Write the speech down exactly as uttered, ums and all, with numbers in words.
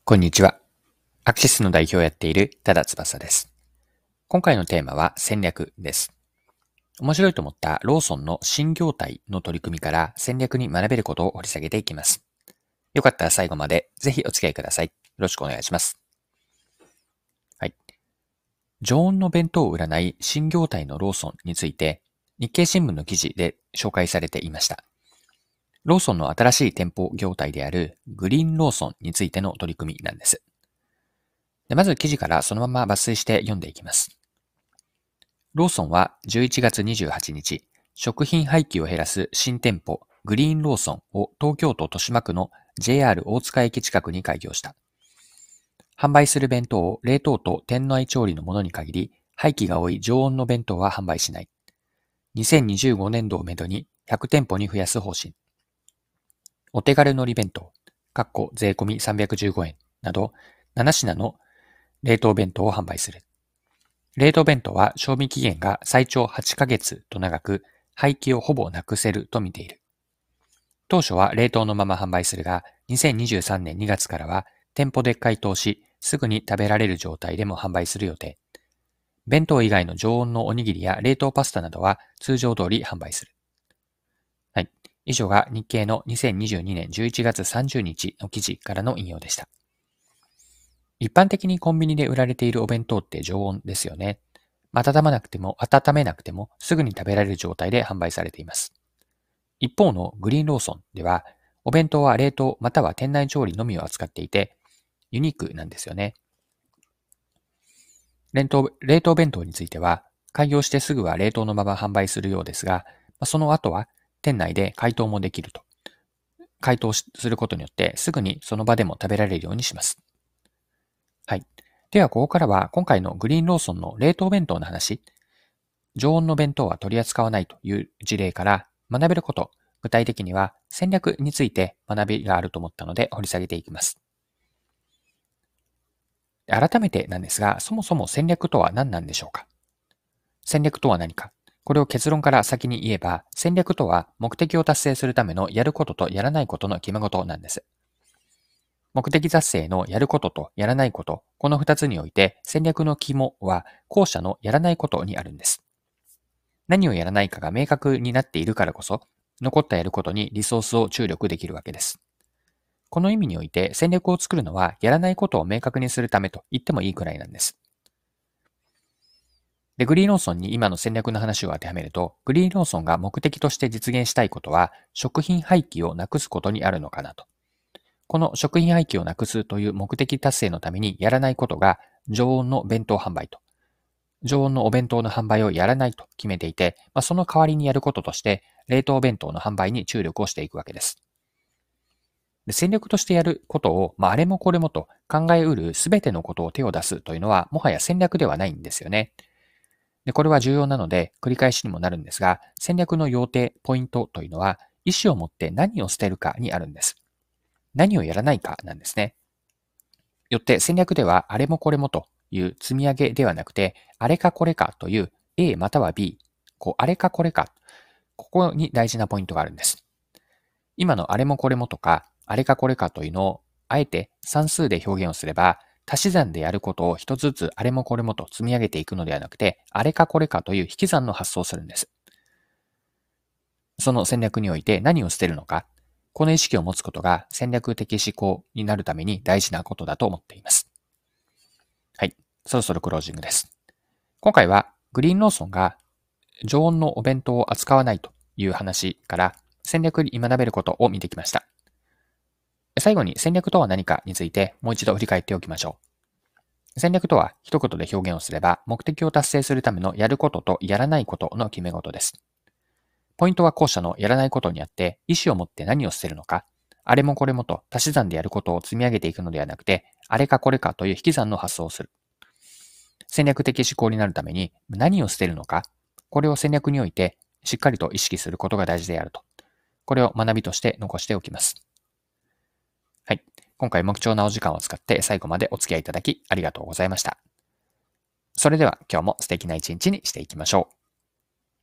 こんにちは。アクシスの代表をやっている多田翼です。今回のテーマは戦略です。面白いと思ったローソンの新業態の取り組みから戦略に学べることを掘り下げていきます。よかったら最後までぜひお付き合いください。よろしくお願いします。はい。常温の弁当を売らない新業態のローソンについて日経新聞の記事で紹介されていました。ローソンの新しい店舗業態であるグリーンローソンについての取り組みなんです。でまず記事からそのまま抜粋して読んでいきます。ローソンはじゅういちがつにじゅうはちにち、食品廃棄を減らす新店舗グリーンローソンを東京都豊島区の ジェイアール 大塚駅近くに開業した。販売する弁当を冷凍と店内調理のものに限り、廃棄が多い常温の弁当は販売しない。にせんにじゅうごねんどをめどにひゃくてんぽに増やす方針。お手軽のり弁当、かっこ税込みさんびゃくじゅうごえんなどなな品の冷凍弁当を販売する。冷凍弁当は賞味期限が最長はちかげつと長く、廃棄をほぼなくせると見ている。当初は冷凍のまま販売するが、にせんにじゅうさんねんにがつからは店舗で解凍し、すぐに食べられる状態でも販売する予定。弁当以外の常温のおにぎりや冷凍パスタなどは通常通り販売する。はい。以上が日経のにせんにじゅうにねんじゅういちがつさんじゅうにちの記事からの引用でした。一般的にコンビニで売られているお弁当って常温ですよね。温まなくても温めなくてもすぐに食べられる状態で販売されています。一方のグリーンローソンでは、お弁当は冷凍または店内調理のみを扱っていて、ユニークなんですよね。冷凍、冷凍弁当については、開業してすぐは冷凍のまま販売するようですが、その後は店内で解凍もできると。解凍することによってすぐにその場でも食べられるようにします。はい。ではここからは今回のグリーンローソンの冷凍弁当の話、常温の弁当は取り扱わないという事例から学べること、具体的には戦略について学びがあると思ったので掘り下げていきます。改めてなんですが、そもそも戦略とは何なんでしょうか？戦略とは何か？これを結論から先に言えば、戦略とは目的を達成するためのやることとやらないことの決め事なんです。目的達成のやることとやらないこと、この二つにおいて戦略の肝は後者のやらないことにあるんです。何をやらないかが明確になっているからこそ、残ったやることにリソースを注力できるわけです。この意味において戦略を作るのはやらないことを明確にするためと言ってもいいくらいなんです。で、グリーンローソンに今の戦略の話を当てはめると、グリーンローソンが目的として実現したいことは、食品廃棄をなくすことにあるのかなと。この食品廃棄をなくすという目的達成のためにやらないことが、常温の弁当販売と。常温のお弁当の販売をやらないと決めていて、まあ、その代わりにやることとして、冷凍弁当の販売に注力をしていくわけです。で戦略としてやることを、まあ、あれもこれもと考えうるすべてのことを手を出すというのは、もはや戦略ではないんですよね。でこれは重要なので、繰り返しにもなるんですが、戦略の要点、ポイントというのは、意思を持って何を捨てるかにあるんです。何をやらないかなんですね。よって戦略では、あれもこれもという積み上げではなくて、あれかこれかという A または B、こうあれかこれか、ここに大事なポイントがあるんです。今のあれもこれもとか、あれかこれかというのを、あえて算数で表現をすれば、足し算でやることを一つずつあれもこれもと積み上げていくのではなくて、あれかこれかという引き算の発想をするんです。その戦略において何を捨てるのか、この意識を持つことが戦略的思考になるために大事なことだと思っています。はい。そろそろクロージングです。今回はグリーンローソンが常温のお弁当を扱わないという話から戦略に学べることを見てきました。最後に戦略とは何かについてもう一度振り返っておきましょう。戦略とは一言で表現をすれば目的を達成するためのやることとやらないことの決め事です。ポイントは後者のやらないことにあって意思を持って何を捨てるのか、あれもこれもと足し算でやることを積み上げていくのではなくて、あれかこれかという引き算の発想をする。戦略的思考になるために何を捨てるのか、これを戦略においてしっかりと意識することが大事であると。これを学びとして残しておきます。はい。今回も貴重なお時間を使って最後までお付き合いいただきありがとうございました。それでは今日も素敵な一日にしていきましょう。